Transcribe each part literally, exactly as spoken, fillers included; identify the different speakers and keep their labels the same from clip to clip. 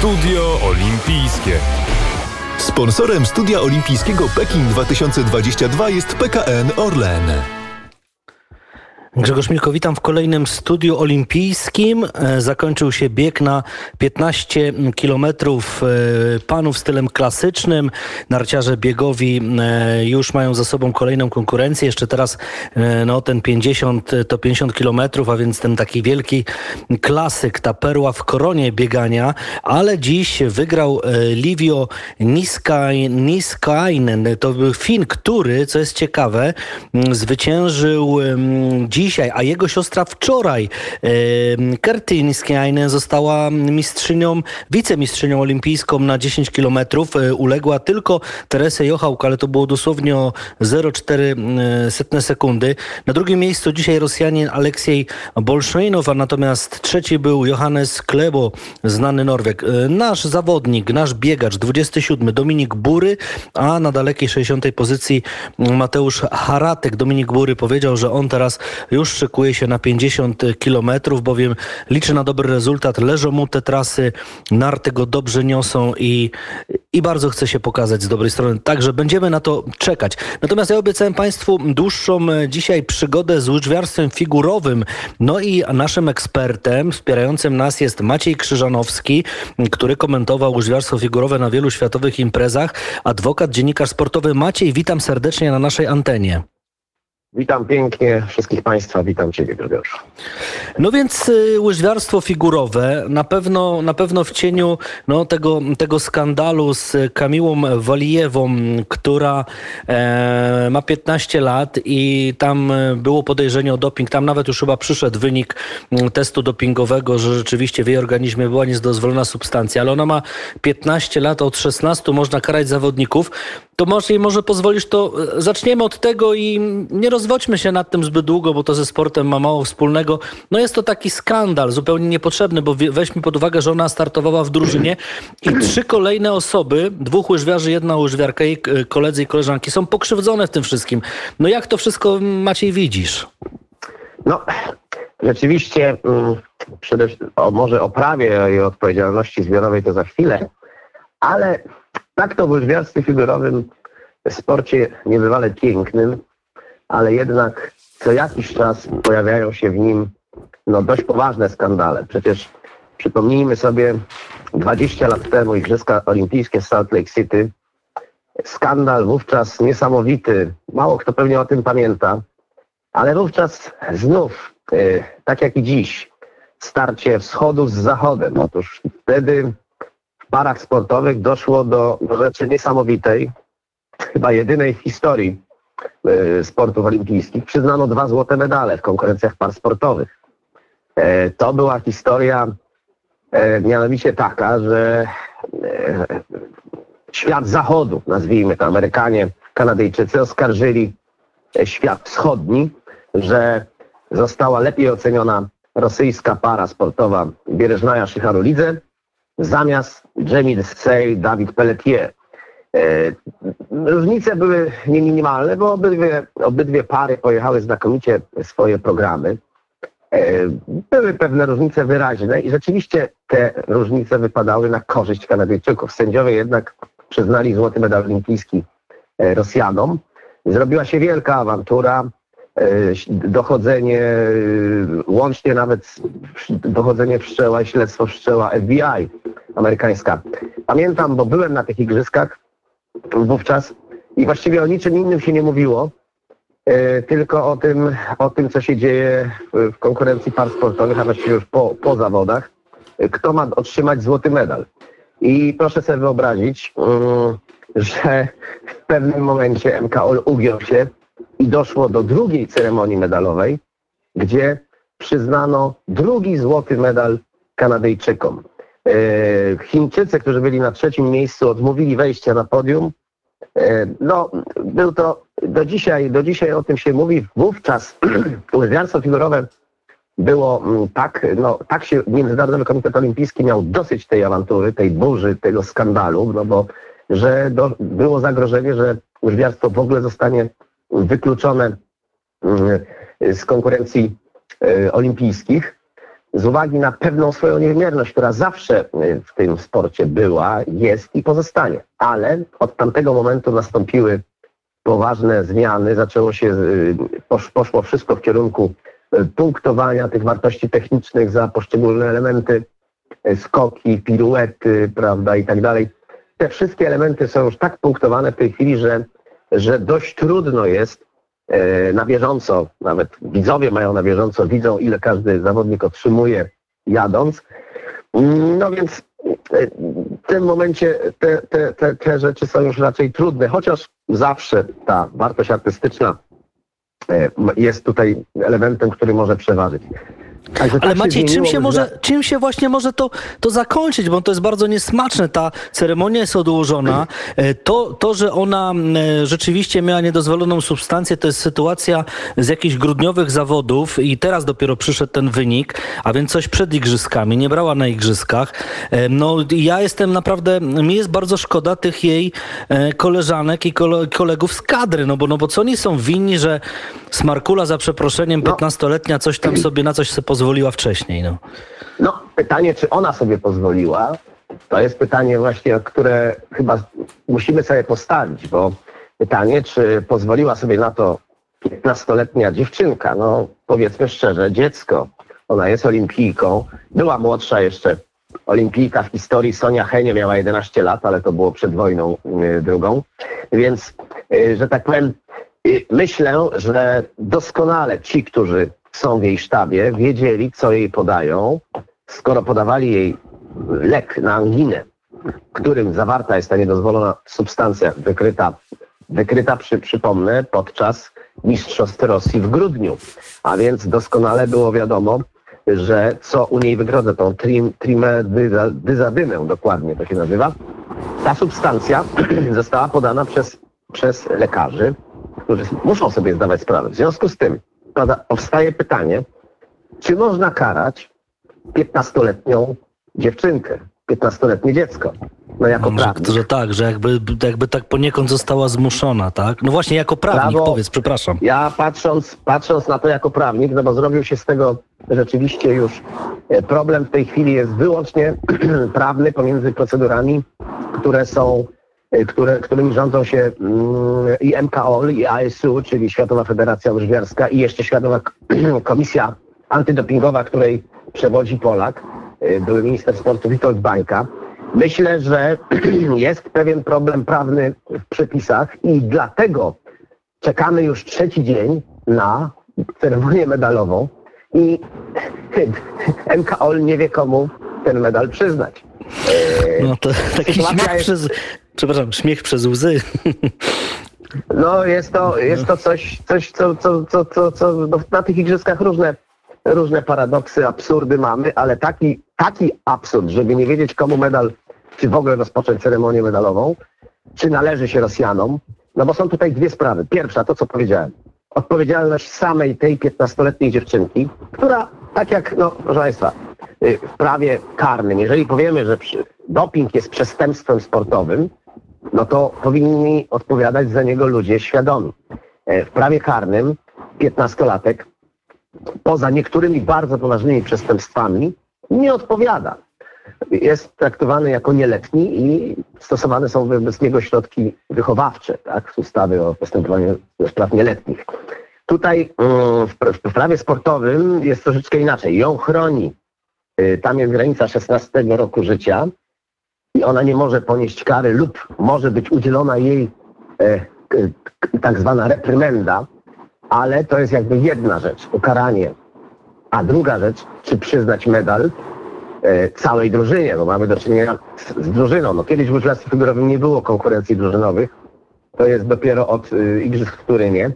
Speaker 1: Studio Olimpijskie.
Speaker 2: Sponsorem Studia Olimpijskiego Pekin dwa tysiące dwadzieścia dwa jest P K N Orlen.
Speaker 3: Grzegorz Milko, witam w kolejnym Studiu Olimpijskim. Zakończył się bieg na piętnaście kilometrów panów stylem klasycznym. Narciarze biegowi już mają za sobą kolejną konkurencję. Jeszcze teraz no, ten pięćdziesiąt to pięćdziesiąt kilometrów, a więc ten taki wielki klasyk, ta perła w koronie biegania. Ale dziś wygrał Livio Niskainen. To był Fin, który, co jest ciekawe, zwyciężył dziś dzisiaj, a jego siostra wczoraj, e, Kerty Niskainen, została mistrzynią, wicemistrzynią olimpijską na dziesięć kilometrów. E, uległa tylko Teresie Jochałk, ale to było dosłownie o zero przecinek cztery sekundy. Na drugim miejscu dzisiaj Rosjanin Aleksiej Bolszeinow, a natomiast trzeci był Johannes Klebo, znany Norweg. E, nasz zawodnik, nasz biegacz, dwudziesty siódmy, Dominik Bury, a na dalekiej sześćdziesiątej pozycji Mateusz Haratek. Dominik Bury powiedział, że on teraz już szykuje się na pięćdziesiąt kilometrów, bowiem liczy na dobry rezultat. Leżą mu te trasy, narty go dobrze niosą i, i bardzo chce się pokazać z dobrej strony. Także będziemy na to czekać. Natomiast ja obiecałem Państwu dłuższą dzisiaj przygodę z łyżwiarstwem figurowym. No i naszym ekspertem wspierającym nas jest Maciej Krzyżanowski, który komentował łyżwiarstwo figurowe na wielu światowych imprezach. Adwokat, dziennikarz sportowy. Maciej, witam serdecznie na naszej antenie.
Speaker 4: Witam pięknie wszystkich Państwa, witam Ciebie, Grzegorz.
Speaker 3: No więc y, łyżwiarstwo figurowe na pewno, na pewno w cieniu no, tego, tego skandalu z Kamiłą Walijewą, która e, ma piętnaście lat i tam było podejrzenie o doping. Tam nawet już chyba przyszedł wynik testu dopingowego, że rzeczywiście w jej organizmie była niedozwolona substancja, ale ona ma piętnaście lat, od szesnastu można karać zawodników. To może, może pozwolisz, to zaczniemy od tego i nie rozwodźmy się nad tym zbyt długo, bo to ze sportem ma mało wspólnego. No jest to taki skandal zupełnie niepotrzebny, bo weźmy pod uwagę, że ona startowała w drużynie i trzy kolejne osoby, dwóch łyżwiarzy, jedna łyżwiarka, jej koledzy i koleżanki są pokrzywdzone w tym wszystkim. No jak to wszystko, Maciej, widzisz?
Speaker 4: No, rzeczywiście przede wszystkim, o, może o prawie i odpowiedzialności zbiorowej to za chwilę, ale tak to w łyżwiarstwie figurowym, w sporcie niebywale pięknym, ale jednak co jakiś czas pojawiają się w nim no, dość poważne skandale. Przecież przypomnijmy sobie dwadzieścia lat temu Igrzyska Olimpijskie w Salt Lake City. Skandal wówczas niesamowity. Mało kto pewnie o tym pamięta, ale wówczas znów, yy, tak jak i dziś, starcie wschodu z zachodem. Otóż wtedy w parach sportowych doszło do, do rzeczy niesamowitej, chyba jedynej w historii y, sportów olimpijskich. Przyznano dwa złote medale w konkurencjach par sportowych. E, to była historia e, mianowicie taka, że e, świat zachodu, nazwijmy to Amerykanie, Kanadyjczycy, oskarżyli świat wschodni, że została lepiej oceniona rosyjska para sportowa Biereżnaja Szycharulidze zamiast Jamie Desai, Dawid Pelletier. E, różnice były nie minimalne, bo obydwie, obydwie pary pojechały znakomicie swoje programy. E, były pewne różnice wyraźne i rzeczywiście te różnice wypadały na korzyść Kanadyjczyków. Sędziowie jednak przyznali złoty medal olimpijski e, Rosjanom. Zrobiła się wielka awantura. Dochodzenie, łącznie nawet dochodzenie wszczęła i śledztwo wszczęła F B I amerykańska. Pamiętam, bo byłem na tych igrzyskach wówczas i właściwie o niczym innym się nie mówiło, tylko o tym, o tym co się dzieje w konkurencji par sportowych, a właściwie już po, po zawodach, kto ma otrzymać złoty medal. I proszę sobie wyobrazić, że w pewnym momencie M K O L ugiął się i doszło do drugiej ceremonii medalowej, gdzie przyznano drugi złoty medal Kanadyjczykom. Chińczycy, którzy byli na trzecim miejscu, odmówili wejścia na podium. No, był to, do dzisiaj, do dzisiaj o tym się mówi. Wówczas łyżwiarstwo figurowe było tak, no, tak się Międzynarodowy Komitet Olimpijski miał dosyć tej awantury, tej burzy, tego skandalu, no bo że do, było zagrożenie, że łyżwiarstwo w ogóle zostanie wykluczone z konkurencji olimpijskich. z uwagi na pewną swoją niewymierność, która zawsze w tym sporcie była, jest i pozostanie. Ale od tamtego momentu nastąpiły poważne zmiany, zaczęło się, poszło wszystko w kierunku punktowania tych wartości technicznych za poszczególne elementy, skoki, piruety, prawda, i tak dalej. Te wszystkie elementy są już tak punktowane w tej chwili, że, że dość trudno jest e, na bieżąco, nawet widzowie mają na bieżąco, widzą, ile każdy zawodnik otrzymuje jadąc. No więc e, w tym momencie te, te, te, te rzeczy są już raczej trudne, chociaż zawsze ta wartość artystyczna e, jest tutaj elementem, który może przeważyć.
Speaker 3: Ale tak Maciej, czym się, może, czym się właśnie może to, to zakończyć, bo to jest bardzo niesmaczne. Ta ceremonia jest odłożona. To, to, że ona rzeczywiście miała niedozwoloną substancję, to jest sytuacja z jakichś grudniowych zawodów i teraz dopiero przyszedł ten wynik, a więc coś przed igrzyskami, nie brała na igrzyskach. No ja jestem naprawdę, mi jest bardzo szkoda tych jej koleżanek i kolegów z kadry, no bo, no bo co oni są winni, że Smarkula za przeproszeniem piętnastoletnia coś tam sobie na coś sobie pozwoliła wcześniej. No.
Speaker 4: no, pytanie, czy ona sobie pozwoliła, to jest pytanie właśnie, które chyba musimy sobie postawić, bo pytanie, czy pozwoliła sobie na to piętnastoletnia dziewczynka, no powiedzmy szczerze, dziecko. Ona jest olimpijką, była młodsza jeszcze olimpijka w historii, Sonia Henie miała jedenaście lat, ale to było przed wojną y, drugą, więc, y, że tak powiem, y, myślę, że doskonale ci, którzy są w jej sztabie, wiedzieli, co jej podają. Skoro podawali jej lek na anginę, w którym zawarta jest ta niedozwolona substancja wykryta, wykryta przy, przypomnę, podczas Mistrzostw Rosji w grudniu. A więc doskonale było wiadomo, że co u niej wykrodzę, tą trim, trimedyzadynę dokładnie to się nazywa. Ta substancja została podana przez, przez lekarzy, którzy muszą sobie zdawać sprawę. W związku z tym powstaje pytanie, czy można karać piętnastoletnią dziewczynkę, piętnastoletnie dziecko? No jako
Speaker 3: no,
Speaker 4: prawnik.
Speaker 3: Że, że tak, że jakby, jakby tak poniekąd została zmuszona, tak? No właśnie jako prawnik, Prawo, powiedz, przepraszam.
Speaker 4: Ja patrząc, patrząc na to jako prawnik, no bo zrobił się z tego rzeczywiście już problem w tej chwili jest wyłącznie prawny pomiędzy procedurami, które są Które, którymi rządzą się mm, i M K O L, i A S U, czyli Światowa Federacja Łyżwiarska i jeszcze Światowa Komisja Antydopingowa, której przewodzi Polak, były minister sportu Witold Bańka. Myślę, że jest pewien problem prawny w przepisach i dlatego czekamy już trzeci dzień na ceremonię medalową i M K O L nie wie, komu ten medal przyznać.
Speaker 3: No to taki śmiech jest... przez... Przepraszam, śmiech przez łzy.
Speaker 4: No jest to, jest to coś, coś co, co, co, co, co no, na tych igrzyskach różne, różne paradoksy, absurdy mamy, ale taki, taki absurd, żeby nie wiedzieć, komu medal, czy w ogóle rozpocząć ceremonię medalową, czy należy się Rosjanom, no bo są tutaj dwie sprawy. Pierwsza, to co powiedziałem, odpowiedzialność samej tej piętnastoletniej dziewczynki, która, tak jak, no proszę Państwa, w prawie karnym, jeżeli powiemy, że doping jest przestępstwem sportowym, no to powinni odpowiadać za niego ludzie świadomi. W prawie karnym piętnastolatek poza niektórymi bardzo poważnymi przestępstwami nie odpowiada. Jest traktowany jako nieletni i stosowane są wobec niego środki wychowawcze, tak, z ustawy o postępowaniu do spraw nieletnich. Tutaj w prawie sportowym jest troszeczkę inaczej. Ją chroni. Tam jest granica szesnastego roku życia i ona nie może ponieść kary lub może być udzielona jej e, tak zwana reprymenda, ale to jest jakby jedna rzecz, ukaranie. A druga rzecz, czy przyznać medal e, całej drużynie, bo mamy do czynienia z, z drużyną. No, kiedyś w łyżwiarstwie figurowym nie było konkurencji drużynowych, to jest dopiero od y, igrzysk w Turynie.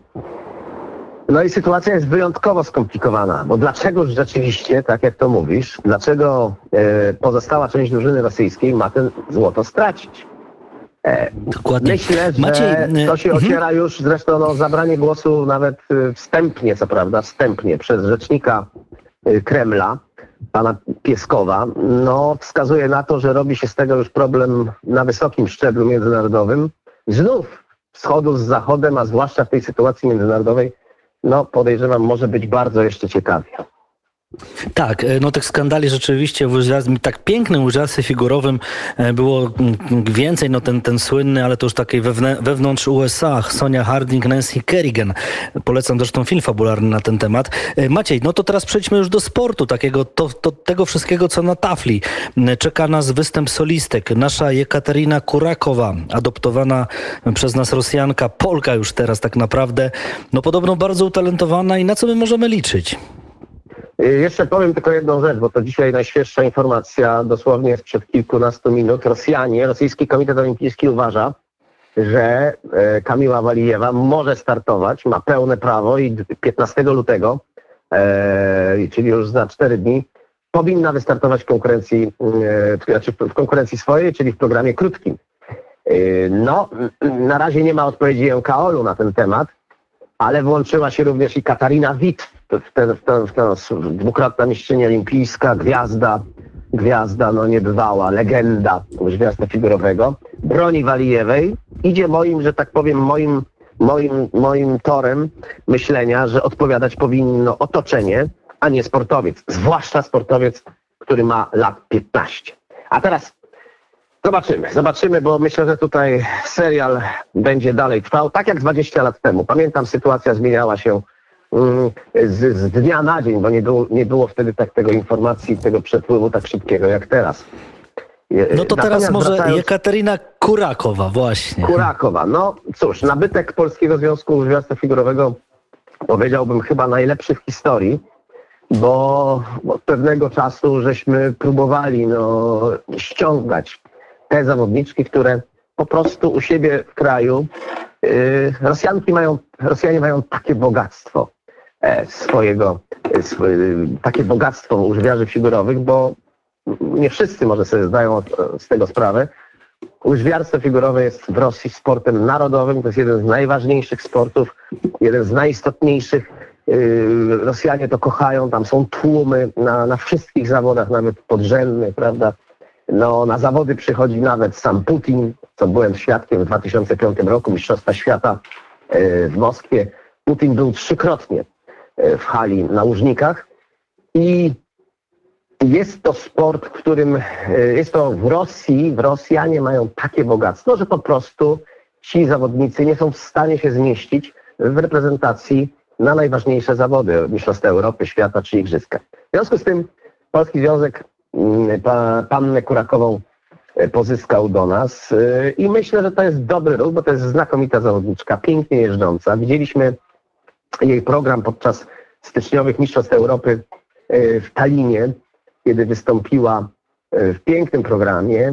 Speaker 4: No i sytuacja jest wyjątkowo skomplikowana, bo dlaczego rzeczywiście, tak jak to mówisz, dlaczego e, pozostała część drużyny rosyjskiej ma ten złoto stracić? E,
Speaker 3: Dokładnie.
Speaker 4: Myślę, że
Speaker 3: Maciej,
Speaker 4: to się ociera już, zresztą no, zabranie głosu nawet wstępnie, co prawda, wstępnie przez rzecznika Kremla, pana Pieskowa, no wskazuje na to, że robi się z tego już problem na wysokim szczeblu międzynarodowym. Znów wschodu z zachodem, a zwłaszcza w tej sytuacji międzynarodowej, no podejrzewam, może być bardzo jeszcze ciekawie.
Speaker 3: Tak, no tych skandali rzeczywiście w łyżwiarstwie, tak pięknym łyżwiarstwie figurowym było więcej, no ten, ten słynny, ale to już takiej wewnę, wewnątrz U S A, Sonia Harding, Nancy Kerrigan. Polecam zresztą film fabularny na ten temat. Maciej, no to teraz przejdźmy już do sportu, takiego, to, to, tego wszystkiego, co na tafli. Czeka nas występ solistek. Nasza Jekaterina Kurakowa, adoptowana przez nas Rosjanka, Polka już teraz tak naprawdę, no podobno bardzo utalentowana i na co my możemy liczyć?
Speaker 4: Jeszcze powiem tylko jedną rzecz, bo to dzisiaj najświeższa informacja, dosłownie sprzed kilkunastu minut. Rosjanie, Rosyjski Komitet Olimpijski uważa, że Kamiła Walijewa może startować, ma pełne prawo i piętnastego lutego, e, czyli już za cztery dni, powinna wystartować w konkurencji, e, znaczy w konkurencji swojej, czyli w programie krótkim. E, no, na razie nie ma odpowiedzi N K O L-u na ten temat, ale włączyła się również i Katarina Witt, w ten, w ten, w ten, dwukrotna mistrzyni olimpijska, gwiazda, gwiazda, no niebywała, legenda łyżwiarstwa figurowego, broni Walijewej. Idzie moim, że tak powiem, moim, moim, moim torem myślenia, że odpowiadać powinno otoczenie, a nie sportowiec. Zwłaszcza sportowiec, który ma lat piętnaście. A teraz zobaczymy, zobaczymy, bo myślę, że tutaj serial będzie dalej trwał, tak jak dwadzieścia lat temu. Pamiętam, sytuacja zmieniała się mm, z, z dnia na dzień, bo nie było, nie było wtedy tak tego informacji, tego przepływu tak szybkiego jak teraz.
Speaker 3: No to
Speaker 4: Natomiast
Speaker 3: teraz może
Speaker 4: wracając...
Speaker 3: Jekaterina Kurakowa, właśnie.
Speaker 4: Kurakowa, no cóż, nabytek Polskiego Związku Łyżwiarstwa Figurowego powiedziałbym chyba najlepszy w historii, bo od pewnego czasu żeśmy próbowali no, ściągać te zawodniczki, które po prostu u siebie w kraju, yy, Rosjanki mają, Rosjanie mają takie bogactwo e, swojego, e, swoje, takie bogactwo łyżwiarzy figurowych, bo nie wszyscy może sobie zdają z tego sprawę. Łyżwiarstwo figurowe jest w Rosji sportem narodowym, to jest jeden z najważniejszych sportów, jeden z najistotniejszych. Yy, Rosjanie to kochają, tam są tłumy na, na wszystkich zawodach, nawet podrzędnych, prawda? No, na zawody przychodzi nawet sam Putin, co byłem świadkiem w dwa tysiące piątym roku, Mistrzostwa Świata yy, w Moskwie. Putin był trzykrotnie yy, w hali na Łużnikach i jest to sport, w którym yy, jest to w Rosji, w Rosjanie mają takie bogactwo, że po prostu ci zawodnicy nie są w stanie się zmieścić w reprezentacji na najważniejsze zawody, Mistrzostwa Europy, Świata czy Igrzyska. W związku z tym Polski Związek pa, pannę Kurakową pozyskał do nas i myślę, że to jest dobry ruch, bo to jest znakomita zawodniczka, pięknie jeżdżąca. Widzieliśmy jej program podczas styczniowych Mistrzostw Europy w Tallinie, kiedy wystąpiła w pięknym programie,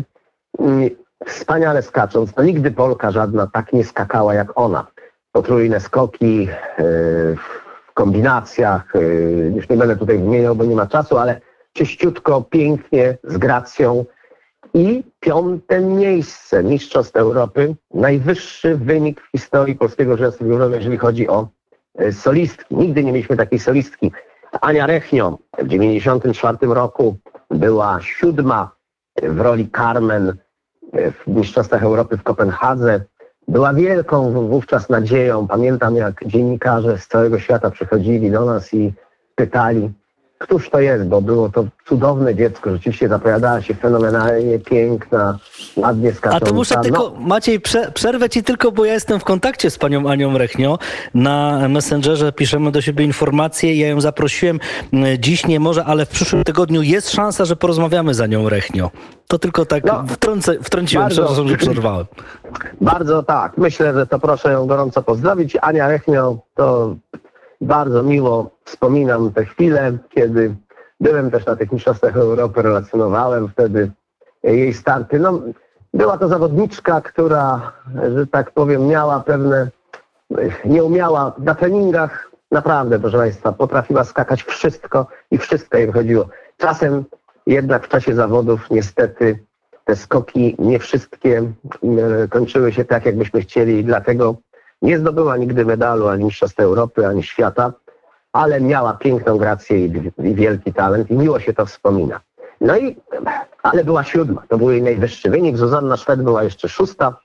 Speaker 4: wspaniale skacząc. No nigdy Polka żadna tak nie skakała jak ona. Potrójne skoki w kombinacjach, już nie będę tutaj wymieniał, bo nie ma czasu, ale czyściutko, pięknie, z gracją. I piąte miejsce Mistrzostw Europy, najwyższy wynik w historii Polskiego Łyżwiarstwa Figurowego, jeżeli chodzi o solistki. Nigdy nie mieliśmy takiej solistki. Ania Rechnio w dziewięćdziesiątym czwartym roku była siódma w roli Carmen w Mistrzostwach Europy w Kopenhadze. Była wielką wówczas nadzieją. Pamiętam, jak dziennikarze z całego świata przychodzili do nas i pytali, któż to jest, bo było to cudowne dziecko. Rzeczywiście zapowiadała się fenomenalnie, piękna, ładnie skacząca.
Speaker 3: A to muszę tylko, no. Maciej, prze, przerwę ci tylko, bo ja jestem w kontakcie z panią Anią Rechnio. Na Messengerze piszemy do siebie informacje. Ja ją zaprosiłem. Dziś nie może, ale w przyszłym tygodniu jest szansa, że porozmawiamy z Anią Rechnio. To tylko tak no, wtrącę, wtrąciłem, bardzo, przepraszam, że przerwałem.
Speaker 4: Bardzo tak. Myślę, że to proszę ją gorąco pozdrowić. Ania Rechnio to bardzo miło wspominam te chwile, kiedy byłem też na tych Mistrzostwach Europy, relacjonowałem wtedy jej starty. No, była to zawodniczka, która, że tak powiem, miała pewne, nie umiała na treningach, naprawdę, proszę Państwa, potrafiła skakać wszystko i wszystko jej wychodziło. Czasem jednak w czasie zawodów niestety te skoki nie wszystkie kończyły się tak, jakbyśmy chcieli i dlatego nie zdobyła nigdy medalu ani Mistrzostw Europy, ani świata, ale miała piękną grację i, i wielki talent i miło się to wspomina. No i, ale była siódma, to był jej najwyższy wynik. Zuzanna Szwed była jeszcze szósta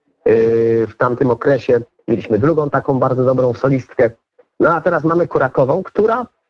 Speaker 4: yy, w tamtym okresie. Mieliśmy drugą taką bardzo dobrą solistkę. No a teraz mamy Kurakową, która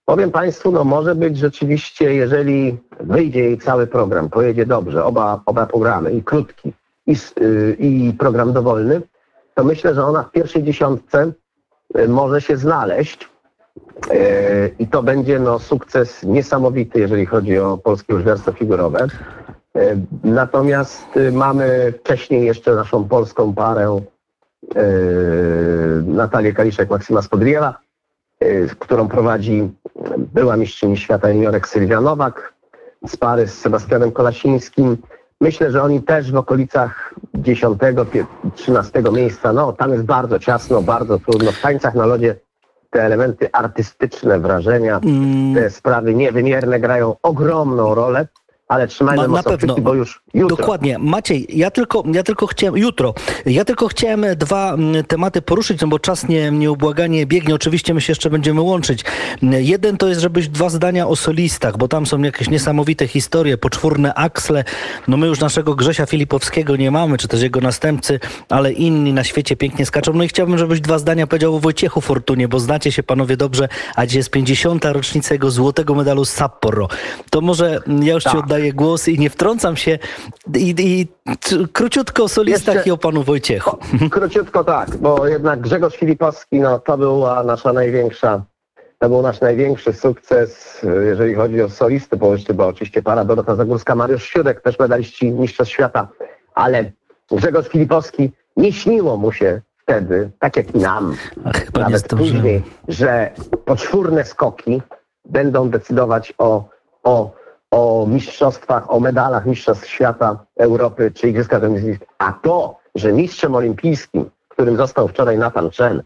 Speaker 4: Powiem Państwu, no może być rzeczywiście, jeżeli wyjdzie jej cały program, pojedzie dobrze, oba, oba programy, i krótki, i, yy, i program dowolny, to myślę, że ona w pierwszej dziesiątce yy, może się znaleźć yy, i to będzie no, sukces niesamowity, jeżeli chodzi o polskie łyżwiarstwo figurowe. Yy, natomiast yy, mamy wcześniej jeszcze naszą polską parę yy, Natalię Kaliszek, Maksyma Spodriewa, którą prowadzi była mistrzyni świata juniorek Sylwia Nowak z pary z Sebastianem Kolasińskim. Myślę, że oni też w okolicach dziesiątego, trzynastego miejsca, no tam jest bardzo ciasno, bardzo trudno. W tańcach na lodzie te elementy artystyczne, wrażenia, te sprawy niewymierne grają ogromną rolę. Ale trzymajmy
Speaker 3: Ma,
Speaker 4: mocno
Speaker 3: na pewno.
Speaker 4: kciuki, bo już jutro.
Speaker 3: Dokładnie. Maciej, ja tylko, ja tylko chciałem, jutro, ja tylko chciałem dwa mm, tematy poruszyć, no bo czas nie, nieubłaganie biegnie. Oczywiście my się jeszcze będziemy łączyć. Jeden to jest, żebyś dwa zdania o solistach, bo tam są jakieś niesamowite historie, poczwórne aksle. No my już naszego Grzesia Filipowskiego nie mamy, czy też jego następcy, ale inni na świecie pięknie skaczą. No i chciałbym, żebyś dwa zdania powiedział o Wojciechu Fortunie, bo znacie się panowie dobrze, a dziś jest pięćdziesiąta rocznica jego złotego medalu z Sapporo. To może ja już
Speaker 4: tak.
Speaker 3: ci oddaję głos i nie wtrącam się. I, i króciutko o solistach
Speaker 4: Jeszcze,
Speaker 3: i o panu Wojciechu.
Speaker 4: Króciutko tak, bo jednak Grzegorz Filipowski, no to była nasza największa, to był nasz największy sukces, jeżeli chodzi o solisty, bo jeszcze była oczywiście para Dorota Zagórska, Mariusz Siudek, też medaliści Mistrzostw Świata, ale Grzegorz Filipowski, nie śniło mu się wtedy, tak jak i nam, nawet później, że poczwórne skoki będą decydować o, o o mistrzostwach, o medalach Mistrzostw Świata, Europy czy Igrzyska Olimpijskie. A to, że mistrzem olimpijskim, którym został wczoraj Nathan Chen,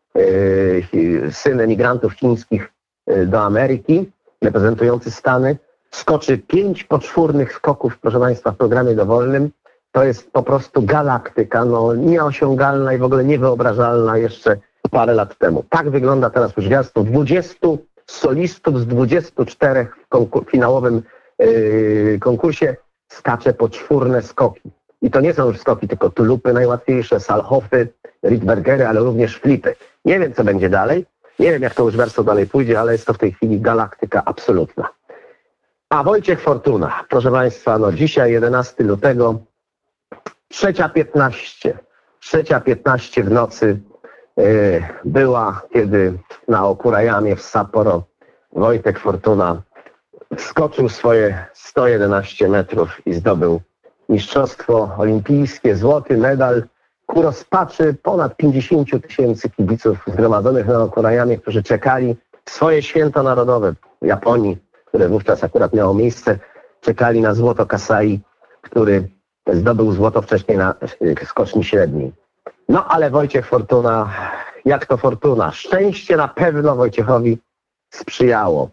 Speaker 4: yy, syn emigrantów chińskich yy, do Ameryki, reprezentujący Stany, skoczy pięć poczwórnych skoków, proszę Państwa, w programie dowolnym, to jest po prostu galaktyka, no nieosiągalna i w ogóle niewyobrażalna jeszcze parę lat temu. Tak wygląda teraz łyżwiarstwo. dwudziestu solistów z dwudziestu czterech w konkur- finałowym yy, konkursie skacze poczwórne skoki. I to nie są już skoki, tylko tulupy najłatwiejsze, salhofy, Rydbergery, ale również flipy. Nie wiem, co będzie dalej. Nie wiem, jak to łyżwiarstwo dalej pójdzie, ale jest to w tej chwili galaktyka absolutna. A Wojciech Fortuna, proszę Państwa, no dzisiaj jedenastego lutego, trzecia piętnaście, trzecia piętnaście w nocy yy, była, kiedy na Okurajamie w Sapporo Wojtek Fortuna skoczył swoje sto jedenaście metrów i zdobył mistrzostwo olimpijskie, złoty medal ku rozpaczy ponad pięćdziesięciu tysięcy kibiców zgromadzonych na Okurajamie, którzy czekali swoje święto narodowe w Japonii, które wówczas akurat miało miejsce, czekali na złoto Kasai, który zdobył złoto wcześniej na skoczni średniej. No ale Wojciech Fortuna, jak to Fortuna, szczęście na pewno Wojciechowi sprzyjało.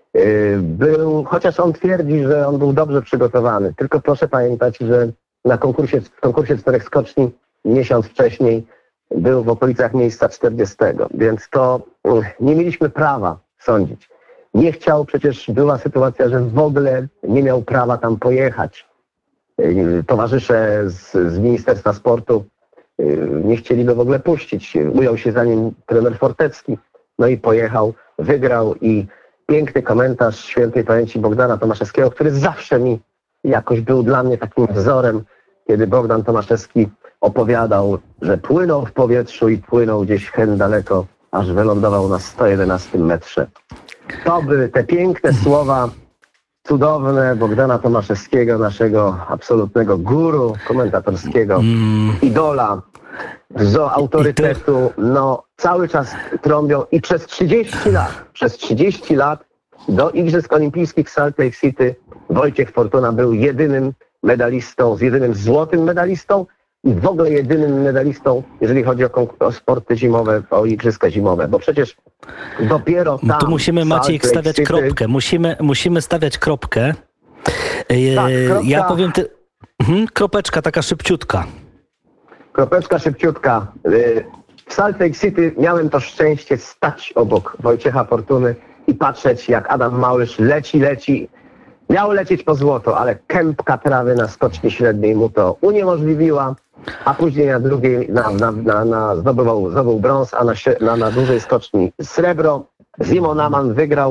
Speaker 4: Był, chociaż on twierdzi, że on był dobrze przygotowany, tylko proszę pamiętać, że na konkursie, w konkursie czterech skoczni miesiąc wcześniej był w okolicach miejsca czterdziestego, więc to nie mieliśmy prawa sądzić. Nie chciał, przecież była sytuacja, że w ogóle nie miał prawa tam pojechać. Towarzysze z, z Ministerstwa Sportu nie chcieli go w ogóle puścić. Ujął się za nim trener Fortecki, no i pojechał, wygrał i piękny komentarz świętej pamięci Bogdana Tomaszewskiego, który zawsze mi jakoś był dla mnie takim wzorem, kiedy Bogdan Tomaszewski opowiadał, że płynął w powietrzu i płynął gdzieś hen daleko, aż wylądował na sto jedenastym metrze. To by te piękne słowa cudowne Bogdana Tomaszewskiego, naszego absolutnego guru komentatorskiego, mm. idola, zo autorytetu, no cały czas trąbią i przez trzydzieści lat, przez trzydzieści lat do Igrzysk Olimpijskich w Salt Lake City Wojciech Fortuna był jedynym medalistą, z jedynym złotym medalistą i w ogóle jedynym medalistą, jeżeli chodzi o, o sporty zimowe, o Igrzyska zimowe, bo przecież dopiero tam...
Speaker 3: Tu musimy, Maciej, stawiać City... kropkę. Musimy, musimy stawiać kropkę. Tak, kropka... Ja powiem... Ty... Mhm, kropeczka taka szybciutka.
Speaker 4: Kropeczka szybciutka. W Salt Lake City miałem to szczęście stać obok Wojciecha Fortuny i patrzeć, jak Adam Małysz leci, leci. Miał lecieć po złoto, ale kępka trawy na skoczni średniej mu to uniemożliwiła, a później na drugiej na, na, na, na zdobywał, zdobył brąz, a na, na, na dużej skoczni srebro. Simon Amann wygrał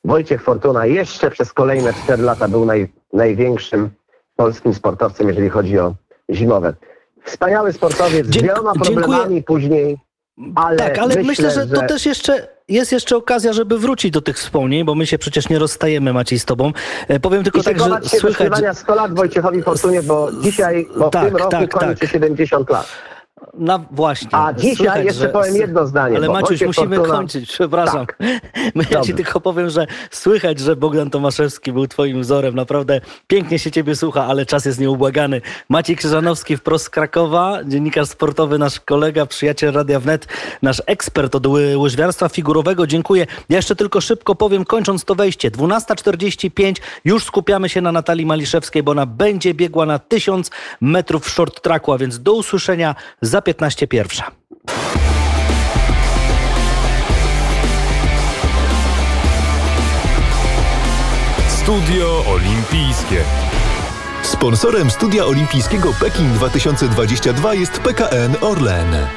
Speaker 4: Wojciech Fortuna jeszcze przez kolejne cztery lata był naj, największym polskim sportowcem, jeżeli chodzi o zimowe. Wspaniały sportowiec z
Speaker 3: Dzięk-
Speaker 4: wieloma
Speaker 3: dziękuję.
Speaker 4: problemami później, ale,
Speaker 3: Tak, ale myślę,
Speaker 4: myślę,
Speaker 3: że to też jeszcze jest jeszcze okazja, żeby wrócić do tych wspomnień, bo my się przecież nie rozstajemy, Maciej, z tobą. E, powiem tylko
Speaker 4: I
Speaker 3: tak, że
Speaker 4: szykować się do
Speaker 3: słychać...
Speaker 4: śpiewania sto lat Wojciechowi Fortunie, bo dzisiaj, bo w
Speaker 3: Tak,
Speaker 4: tym roku
Speaker 3: tak,
Speaker 4: kończy
Speaker 3: tak.
Speaker 4: siedemdziesiąt lat.
Speaker 3: No właśnie.
Speaker 4: A dzisiaj
Speaker 3: Słychać,
Speaker 4: jeszcze
Speaker 3: że-
Speaker 4: powiem jedno zdanie.
Speaker 3: Ale
Speaker 4: bo
Speaker 3: Maciuś,
Speaker 4: Wojciech
Speaker 3: musimy
Speaker 4: Fortuna...
Speaker 3: kończyć, przepraszam.
Speaker 4: Tak.
Speaker 3: Ja ci
Speaker 4: Dobrze.
Speaker 3: tylko powiem, że słychać, że Bogdan Tomaszewski był twoim wzorem. Naprawdę pięknie się ciebie słucha, ale czas jest nieubłagany. Maciej Krzyżanowski wprost z Krakowa, dziennikarz sportowy, nasz kolega, przyjaciel Radia Wnet, nasz ekspert od ły- łyżwiarstwa figurowego. Dziękuję. Ja jeszcze tylko szybko powiem, kończąc to wejście. dwunasta czterdzieści pięć, już skupiamy się na Natalii Maliszewskiej, bo ona będzie biegła na tysiąc metrów w short tracku, a więc do usłyszenia za piętnaście pierwsza.
Speaker 1: Studio Olimpijskie.
Speaker 2: Sponsorem Studia Olimpijskiego Pekin dwa tysiące dwadzieścia dwa jest P K N Orlen.